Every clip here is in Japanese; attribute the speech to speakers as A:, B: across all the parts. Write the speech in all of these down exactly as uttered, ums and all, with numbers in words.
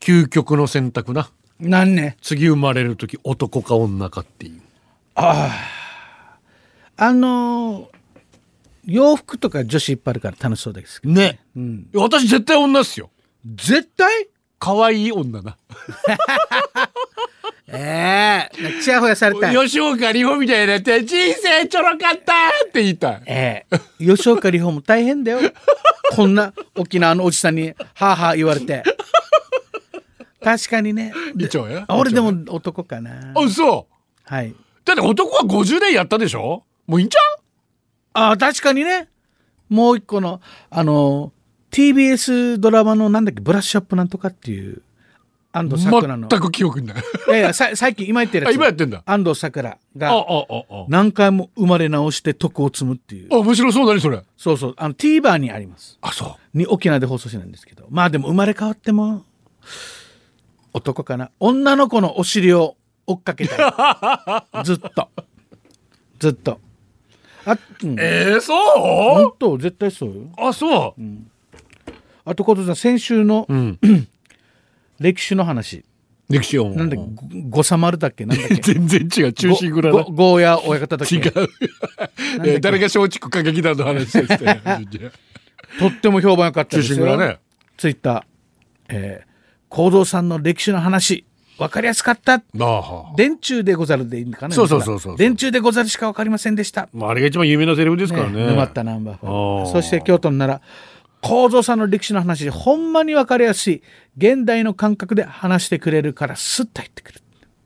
A: 究極の選択な。
B: なんね。
A: 次生まれる時男か女かっていう。
B: ああ。あのー、洋服とか女子いっぱいあるから楽しそうですけど
A: ね。
B: うん、
A: 私絶対女っすよ。
B: 絶対
A: 可愛い女な。
B: ええー、ちやほやされたい。
A: 吉岡里帆みたいになって人生ちょろかったって言いたい。
B: ええー、吉岡里帆も大変だよ。こんな沖縄のおじさんにはあはあ言われて。確かにね。
A: 理長や。
B: 俺でも男かな。
A: あ、そう。
B: はい。
A: だって男はごじゅうねんやったでしょ。もういいんちゃう。
B: ああ、確かにね。もう一個のあの ティービーエス ドラマのなんだっけ、ブラッシュアップなんとかっていう安藤サクラの。
A: 全く記憶にない。
B: いやいや、さ最近今言ってるやつ。
A: 今やってんだ。
B: 安藤サクラが
A: ああああ
B: 何回も生まれ直して徳を積むっていう。
A: あ、面白そうだねそれ。
B: そうそう、あの TVer にあります。
A: あ、そう。
B: に沖縄で放送してないんですけど、まあでも生まれ変わっても男かな。女の子のお尻を追っかけたい。ずっとずっと。あ、うん、
A: えー、そう
B: 本当絶対そうよ。
A: あ、そう、
B: うん、あとことさん先週の、うん、歴史の話。
A: 歴史を
B: なんだっけ、ごさまるだっけ、なんだっけ。
A: 全然違う、中心蔵の
B: ゴーヤ親方だっけ。
A: 違う。えー、誰が松竹歌劇団の話ですって。
B: とっても評判良かったですよ。
A: 中心蔵ね。
B: ツイッター、えー、幸三さんの歴史の話分かりやすかった。ああ、電柱でござるでいいのかな。
A: そうそうそうそう。
B: 電柱でござるしか分かりませんでした。
A: まあ、あれが一番有名なセリフですからね。
B: ね、沼ったナンバーフォー。そして京都なら幸三さんの歴史の話ほんまに分かりやすい現代の感覚で話してくれるからスッと入ってくる。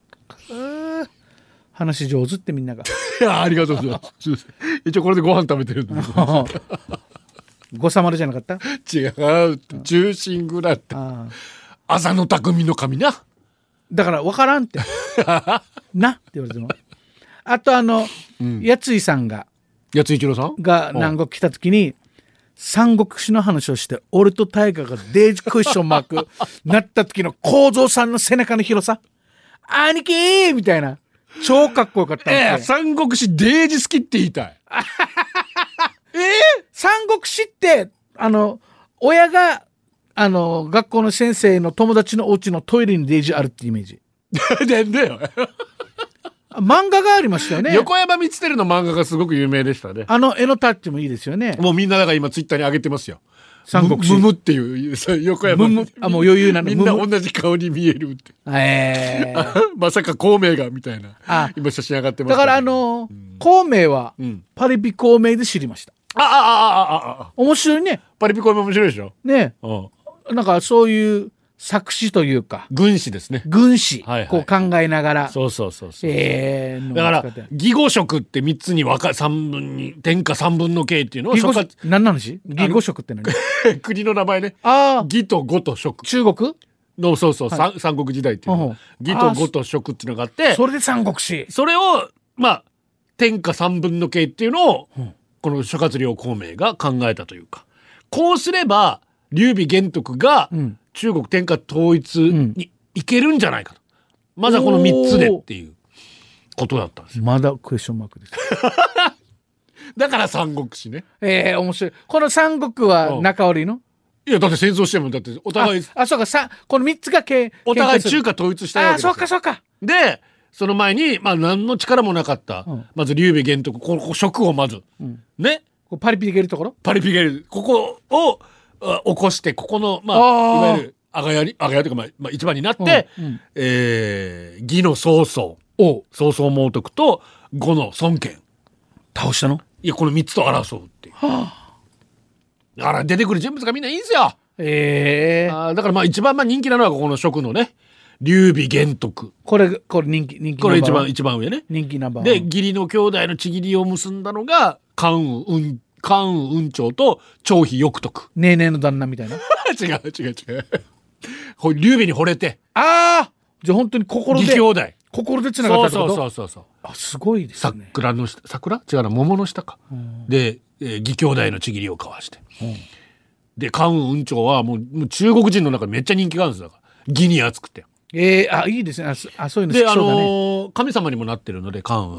B: 話上手ってみんなが。
A: いや、ありがとうございます。一応これでご飯食べてるんです。
B: ごさまるじゃなかった。
A: 違う、中心蔵って。朝の匠の神な。
B: だから分からんってなって言われても。あとあの、うん、やついさんが
A: やつい一郎さん
B: が南国来た時に三国志の話をして俺と大河がデージクッションマークなった時の幸三さんの背中の広さ、兄貴ーみたいな、超かっこよかったんですよ。
A: えー、三国志デージ好きって言いたい。
B: えー、三国志ってあの親があの学校の先生の友達のお家のトイレにデージあるってイメージ。
A: なんでよ。
B: 漫画がありましたよね。
A: 横山光輝の漫画がすごく有名でしたね。
B: あの絵のタッチもいいですよね。
A: もうみんなだから今ツイッターに上げてますよ。
B: 三国志
A: ムムっていう横山
B: ムム、あ、もう余裕なの。
A: みんな同じ顔に見えるって。
B: えー、
A: まさか孔明がみたいな。あ、今写真上がってます、
B: ね。だからあのーうん、孔明は、うん、パリピ孔明で知りました。
A: ああああああ。
B: 面白いね。
A: パリピ孔明面白いでしょ。
B: ね。うん、なんかそういう作詞というか
A: 軍師ですね。
B: 軍師、はいはい、こう考えながら。
A: そうそうそうそう。
B: えー、
A: だから義語色ってみっつに分か三分に天下三分の計っていうのは
B: 義語何なのし義語色って何
A: 国の名前ね。
B: ああ。
A: 義と語と色。
B: 中国
A: のそうそう、はい、三国時代っていうの義と語と色っていうのがあって、
B: それで三国志。
A: それをまあ天下三分の計っていうのを、うん、この諸葛亮孔明が考えたというか、こうすれば劉備玄徳が、うん中国天下統一にいけるんじゃないかと、うん、まずはこのみっつでっていうことだったんですよ。
B: まだクエスチョンマークです。
A: だから三国志ね。
B: えー、面白い。この三国は仲悪いの？
A: いやだって戦争してもだってお互い
B: あ, あそうかさこのみっつがけ
A: お互い中華統一したいわけですよ。
B: あそうかそうか。
A: でその前にまあ何の力もなかった、うん、まず劉備玄徳ここ職をまず、うん、ね
B: こパリピゲルところ
A: パリピゲルここを起こしてここのまあいわゆるあがやりあがやというかまあ、まあ、一番になって、うんうん、えー、義の曹操曹操猛徳と呉の孫権
B: 倒したの？
A: いやこのみっつと争うっていう、はあ、だから出てくる人物がみんないいんですよ。
B: えー、
A: あだからまあ一番まあ人気なのはここの職のね劉備玄徳
B: これこれ人気人気
A: これ一番一番上ね
B: 人気ナンバー
A: で義理の兄弟のちぎりを結んだのが関羽雲関羽雲長と張飛翼徳
B: ねえねえの旦那みたいな
A: 違う違う違う劉備に惚れて
B: ああじゃあ本当に心で
A: 義兄弟
B: 心でつながったってこと
A: そうそうそうそう
B: あすごいですね。
A: 桜の下桜違うな桃の下か、うん、で、えー、義兄弟のちぎりを交わして、うん、で関羽雲長はもう、もう中国人の中でめっちゃ人気があるんですだから義に熱くて
B: えー、あいいですねあそういうの好きそうだね。
A: であのー、神様にもなってるので関羽は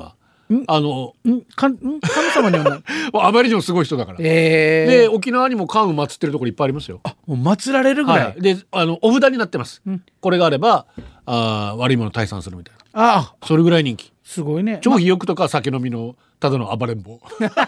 A: あの
B: んかん神様にはない
A: あまりにもすごい人だから、
B: えー、
A: で沖縄にも関羽祀ってるところいっぱいありますよ。
B: あもう祀られるぐらい、
A: はい、であのお札になってます、
B: うん、こ
A: れがあればあ悪いもの退散するみたいな。
B: あ
A: それぐらい人気。
B: すごいね。
A: 超肥欲とか酒飲みのただの暴れん坊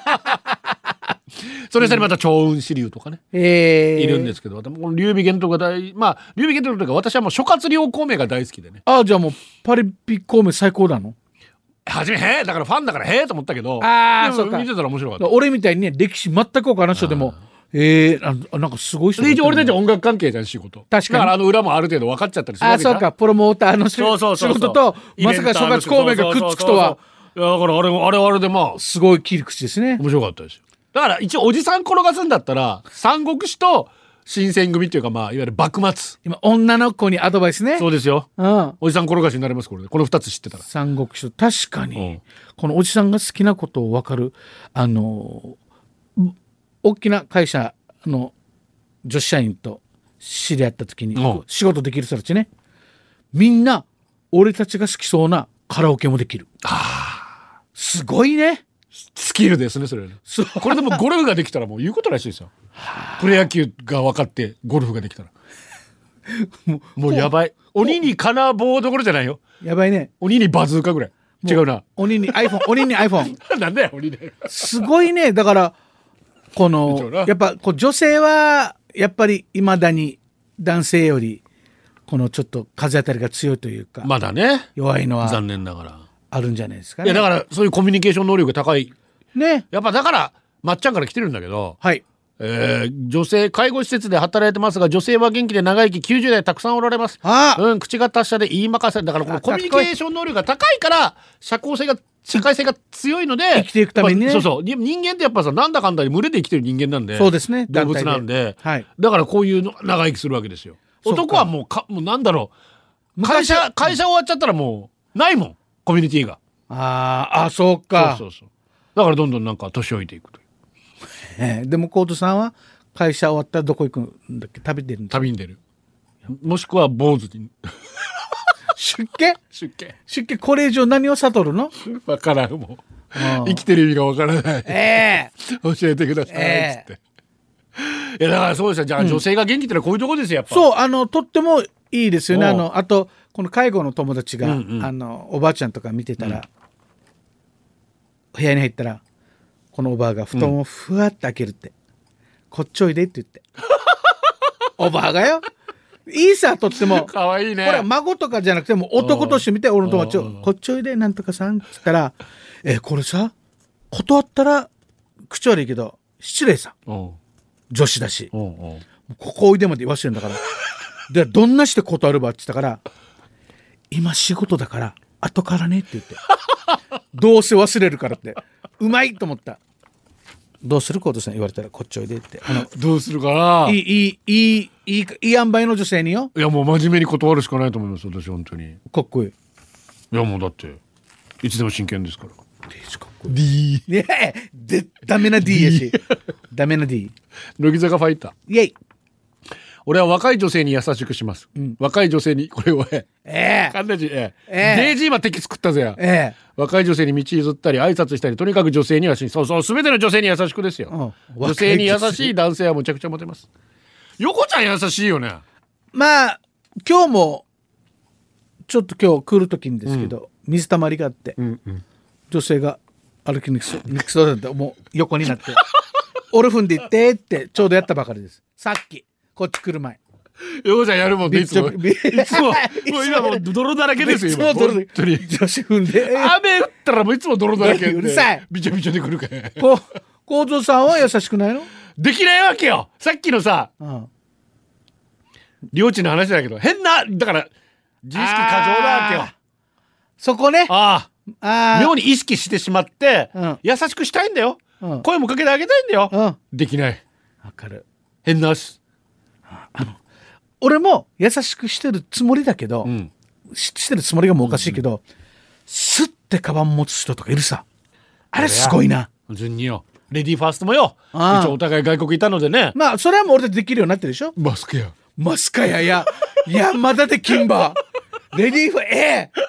A: それさにまた長雲支流とかね、
B: えー、
A: いるんですけど、この劉備玄徳が大まあ劉備玄徳というか私はもう諸葛亮孔明が大好きでね。
B: ああじゃあもうパリピ孔明最高なの。
A: 初めへえだからファンだからへえと思ったけど、
B: ああそうか
A: 見てたら面白かった。
B: 俺みたいにね歴史全く分からん人でもえー、あなんかすごい人だったね。
A: で俺たちは音楽関係じゃん仕事。
B: 確かに
A: だからあの裏もある程度分かっちゃったりするわけじゃん。
B: あそうかプロモーターの仕
A: そうそうそうそう
B: 事とまさか諸葛孔明がくっつくとは。
A: いやだからあれあれあれでまあ
B: すごい切り口ですね。
A: 面白かったですよ。だから一応おじさん転がすんだったら三国志と新選組っていうかまあいわゆる幕末。
B: 今女の子にアドバイスね。
A: そうですよ、
B: うん、
A: おじさん転がしになりますこれでこのふたつ知ってたら。
B: 三国志と確かに、うん、このおじさんが好きなことを分かるあの大きな会社の女子社員と知り合った時に、うん、仕事できる人たちねみんな俺たちが好きそうなカラオケもできる。すごいね
A: スキルですねそれね。これでもゴルフができたらもう言うことらしいですよプロ野球が分かってゴルフができたらもう、もうやばい。鬼に金棒どころじゃないよ。
B: やばいね。
A: 鬼にバズーカぐらい。違うな。
B: 鬼に iPhone 鬼に iPhone
A: なんだよ鬼ね。
B: すごいね。だからこのやっぱこう女性はやっぱりいまだに男性よりこのちょっと風当たりが強いというか
A: まだね
B: 弱いのは
A: 残念ながら
B: あるんじゃないですかね。
A: いやだからそういうコミュニケーション能力が高い
B: ね。や
A: っぱだからまっちゃんから来てるんだけど、
B: はい、
A: えー、女性介護施設で働いてますが女性は元気で長生ききゅうじゅう代たくさんおられます。
B: あ、
A: うん、口が達者で言いまかせだからこのコミュニケーション能力が高いから社交性が社会性が強いので
B: 生きていくためにね、
A: まあ、そうそう人間ってやっぱさなんだかんだで群れで生きてる人間なんで
B: そうですね
A: 動物なんで、
B: はい、
A: だからこういうの長生きするわけですよ。男はもうかもうなんだろう会社会社終わっちゃったらもうないもんコミュニティが。
B: ああそうか。
A: そうそうそうだからどんどんなんか年老いていくという、
B: えー、でもコートさんは会社終わったらどこ行くんだっけ。旅に出るんですか。
A: 旅に出るもしくは坊主に
B: 出家
A: 出家
B: 出家これ以上何を悟るの
A: 分からんもう生きてる意味が分からない、
B: えー、
A: 教えてください、えー、つっていやだからそうですよ。じゃあ女性が元気ってのはこういうとこですよやっぱ。
B: そうあのとってもいいですよね。あのあとこの介護の友達が、うんうん、あのおばあちゃんとか見てたら、うん、部屋に入ったらこのおばあが布団をふわって開けるって、うん、こっちおいでって言っておばあがよいいさとっても
A: かわいいね。
B: これは孫とかじゃなくても男として見て俺の友達をこっちおいでなんとかさんって言ったらえこれさ断ったら口悪いけど失礼さ女子だしここおいでまで言わしてるんだからでどんなして断るばって言ったから今仕事だから後からねって言ってどうせ忘れるからってうまいと思った。どうするコートさん言われたらこっちおいでってあの
A: どうするかない
B: いいいいいいいい塩梅の女性によ。
A: いやもう真面目に断るしかないと思います私本当に。
B: かっこいい。
A: いやもうだっていつでも真剣ですから。
B: デージかっこいい。D ねえでダメな D やしダメな D。
A: 乃木坂ファイター
B: イエイ。
A: 俺は若い女性に優しくします、うん、若い女性にこれをえ
B: え
A: 神田寺ええデイジー今敵作ったぜや、
B: ええ、
A: 若い女性に道譲ったり挨拶したりとにかく女性にはしそうそう全ての女性に優しくですよ、うん、女性に優しい男性はむちゃくちゃモテます。横ちゃん優しいよね。
B: まあ今日もちょっと今日来る時にですけど、うん、水たまりがあって、うんうん、女性が歩きにくそうにくそうだったもう横になって俺踏んでいってってちょうどやったばかりです。さっきこっち来る前
A: 横ちゃんやるもんねいつもいつももう今もう泥だらけですよ今本当に
B: 女子踏んで
A: 雨降ったらもういつも泥だらけで
B: うるさい
A: びちょびちょで来るから
B: こ構造さんは優しくないの。
A: できないわけよ。さっきのさ、うん、領地の話だけど変なだから自意識過剰なわけよ。
B: そこね。
A: ああ妙に意識してしまって、うん、優しくしたいんだよ、うん、声もかけてあげたいんだよ、うん、できない。
B: わかる。
A: 変なし
B: あの俺も優しくしてるつもりだけど、うん、し, してるつもりがもうおかしいけど、うん、スッてカバン持つ人とかいるさ。あれすごいな。
A: 順によレディーファーストもよ一応お互い外国いたのでね。
B: まあそれはもう俺たちできるようになってるでしょ。
A: マスクや
B: マスカややいやまだできんばレディーファーええ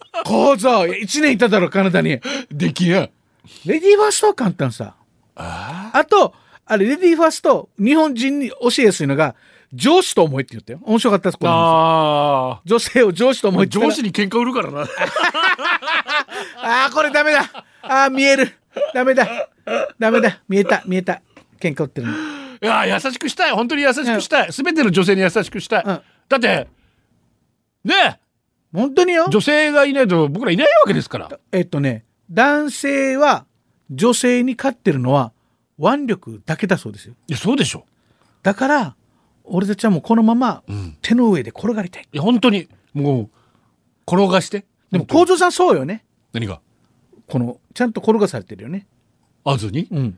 B: 構造いちねんいただろカナダに。
A: できや。
B: レディーファーストは簡単さ。
A: あ
B: あとあれレディーファースト日本人に教えやすいのが上司と思いって言ったよ。面白かったです。この
A: あ。
B: 女性を上司と思いって言ったら
A: 上司に喧嘩売るからな。
B: あーこれダメだ。あー見える。ダメだダメだ見えた見えた喧嘩売ってるの。
A: いや優しくしたい。本当に優しくしたい。すべての女性に優しくしたい。
B: うん
A: だってね
B: 本当によ。
A: 女性がいないと僕らいないわけですから。
B: えっとね男性は女性に勝ってるのは腕力だけだそうですよ。
A: いやそうでしょ。
B: だから俺たちはもうこのまま
A: うん
B: 手の上で転がりたい。
A: いや本当にもう転がして。
B: でも幸三さんそうよね。
A: 何が
B: このちゃんと転がされてるよね。
A: あずに、
B: うん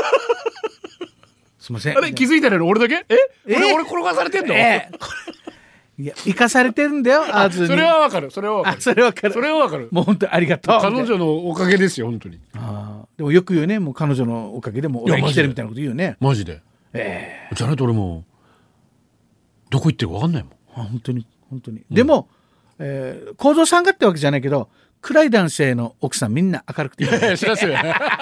B: すいません。
A: あれ気づいてないの俺だけ？え
B: え
A: 俺俺転がされてんの？
B: えーこれいや生かされてるんだよアーズに。
A: それはわかる。それはわか
B: あ
A: る。
B: それわかる。
A: それはわかる。
B: もう本当にありがとう。
A: 彼女のおかげですよ本当に。
B: あーでもよく言うね。もう彼女のおかげでもう俺生きてるみたいなこと言うよね。
A: マジで。
B: え
A: じゃないと俺もどこ行ってるかわかんないもん。
B: ー、あ本当に本当に、うん、でも、えー、幸三さんがってわけじゃないけど暗い男性の奥さんみんな明るくていい。
A: いや知らせよ。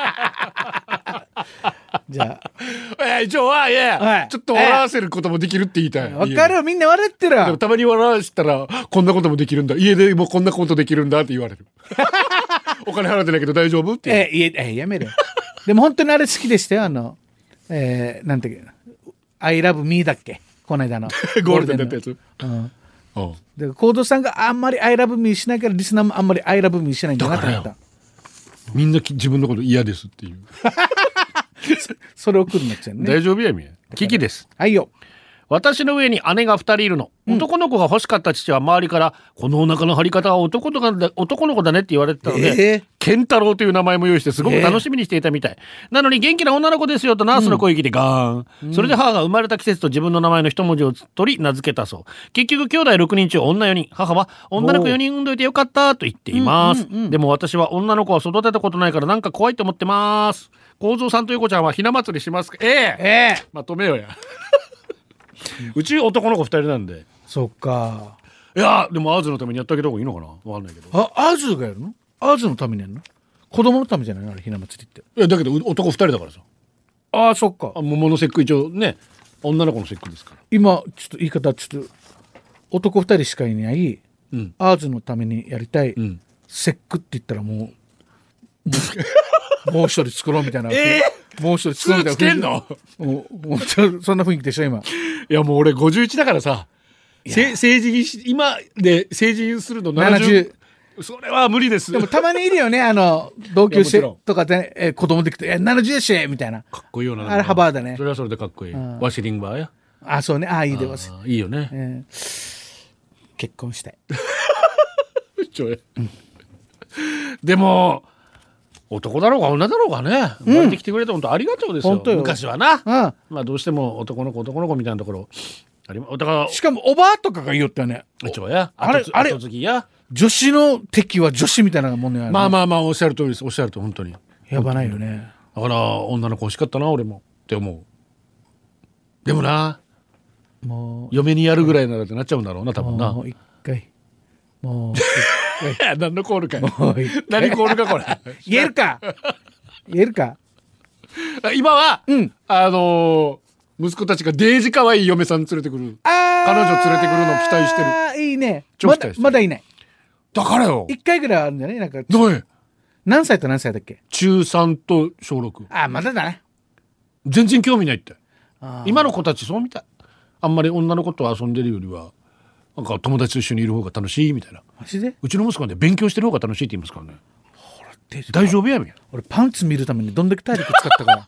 B: じゃ
A: いや一応はいや、
B: はい
A: ちょっと笑わせることもできるって言いたい。
B: あ分かるよみんな笑ってる。
A: でもたまに笑わせたらこんなこともできるんだ家でもこんなことできるんだって言われる。お金払ってないけど大丈夫って言う。
B: えー、いええー、やめる。でも本当にあれ好きでしたよ。あの、えー、なんていうか I love me だっけこの間の
A: ゴールデンだったやつ。
B: うん
A: うん、
B: で幸三さんがあんまり I love me しないからリスナーもあんまり I love me しないんだなと思った。
A: みんなき自分のこと嫌ですっていう。
B: それ送るんなっちゃうね。
A: 大丈夫やみや。キキです。
B: はいよ。
A: 私の上に姉がふたりいるの、うん、男の子が欲しかった父は周りからこのお腹の張り方は男の子だ、男の子だねって言われてたので、えー、健太郎という名前も用意してすごく楽しみにしていたみたい、えー、なのに元気な女の子ですよとナースの声聞いてガーン、うん、それで母が生まれた季節と自分の名前の一文字を取り名付けたそう。結局兄弟ろくにん中女よにん、母は女の子よにん産んどいてよかったと言っています、うんうんうん、でも私は女の子は育てたことないからなんか怖いと思ってます。幸三さんとゆこちゃんはひな祭りしますか？ええー、えー、まとめようや。うち男の子ふたりなんで。
B: そっか。
A: いやでもアーズのためにやってあげた方がいいのかなわかんないけど。
B: あアーズがやるの？アーズのためにやるの？子供のためじゃないのあれひな祭りって。
A: いやだけど男ふたりだからさ。
B: ああそっか。
A: 桃の節句一応ね女の子の節句ですから。
B: 今ちょっと言い方ちょっと男ふたりしかいない、うん、アーズのためにやりたい、うん、節句って言ったらもうもう一人作ろうみたいな。えー、もう一人作ろうみたいな。つけんの？もうもうそんな雰囲気でしょ今。
A: いやもう俺ごじゅういちだからさ。成人にし今で成人するのななじゅう。ななじゅうそれは無理です。
B: でもたまにいるよねあの同級生とかで、えー、子供できて「えななじゅうやし」みたいな。
A: かっこいいよな。
B: あれハバーだね。
A: それはそれでかっこいい。ワシリンバーや。
B: あそうね。あいいでます。
A: いいよね、
B: えー、結婚したい。
A: うん、でも男だろうが女だろうがね生まれてきてくれて本当ありがとうですよ、うん、昔はな、うん、まあどうしても男の子男の子みたいなところありまだから
B: しかもおばあとかが言ったよね。
A: 一応や
B: あれあれ
A: 後継ぎや
B: 女子の敵は女子みたいなもんね。
A: まあまあまあおっしゃる通りですおっしゃると本当に
B: やばないよね。
A: だから女の子欲しかったな俺もって思う。でもなもう嫁にやるぐらいならってなっちゃうんだろうな多分な。
B: もう一回もう
A: 何のコールか何コールかこれ
B: 言えるか言えるか
A: 今は、
B: うん、
A: あのー、息子たちがデージ可愛い嫁さん連れてくる彼女連れてくるのを期待してる。
B: あいいね。まだまだいない。
A: だからよ
B: 一回ぐらいあるんじゃないなんか
A: どう
B: 何歳と何歳だっけ？
A: 中さんと小ろく。
B: あまだだね。
A: 全然興味ないって。今の子たちそうみたい。あんまり女の子と遊んでるよりはなんか友達と一緒にいる方が楽しいみたいな。
B: マジで？
A: うちの息子はね勉強してる方が楽しいって言いますからね。ほら大丈夫やみん。
B: 俺パンツ見るためにどんだけ体力使ったから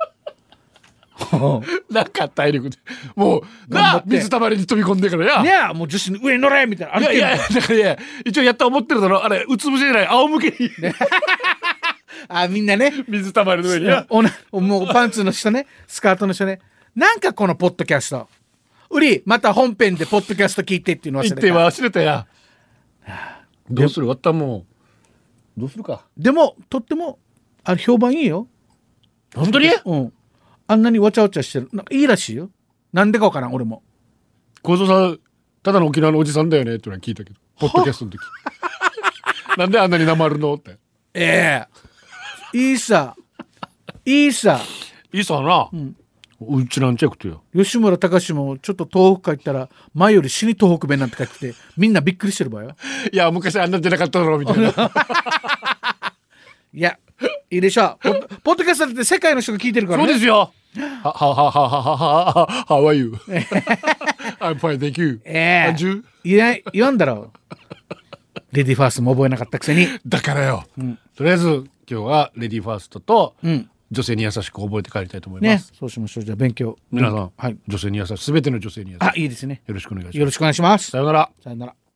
A: なんか体力でもうな水たまりに飛び込んでからや
B: ねやもう女子の上に乗れみたいな。
A: いやいやだからいや一応やった思ってるだろあれうつ伏せじゃない仰向けに、ね、
B: あみんなね
A: 水たまりの上にや
B: おなもうパンツの下ねスカートの下ねなんかこのポッドキャストうりまた本編でポッドキャスト聞いてっていうの忘れた。
A: 言って忘れたやどうする終わったもうどうするか。
B: でもとってもあれ評判いいよ
A: 本当に。
B: うんあんなにわちゃわちゃしてるなんかいいらしいよ。なんでかわからん俺も。
A: 幸三さんただの沖縄のおじさんだよねってのは聞いたけどポッドキャストの時なんであんなになまるのって。
B: ええいいさいいさ
A: いいさな、うん、うちなんちゃくとよ。
B: 吉村隆もちょっと東北帰ったら前より死に東北弁なんて書いててみんなびっくりしてる場合よ。
A: いや昔あんなじゃなかっただろうみたいな。
B: いやいいでしょう。ポッポッドキャストって世界の人が聞いてるからね。
A: そうですよ。ははははははは How are you? I'm fine, thank you.
B: ええー、いや言わんだろう。レディーファーストも覚えなかったくせに。
A: だからよ、うん、とりあえず今日はレディーファーストと、うん、女性に優しく覚えて帰りたいと思います、
B: ね、そうしましょう。じゃあ勉強
A: 皆さん、はい、女性に優しく、すべての女性に優しく、
B: あいいですね。
A: よろしくお願いします。
B: よろしくお願いします。
A: さよなら。
B: さよなら。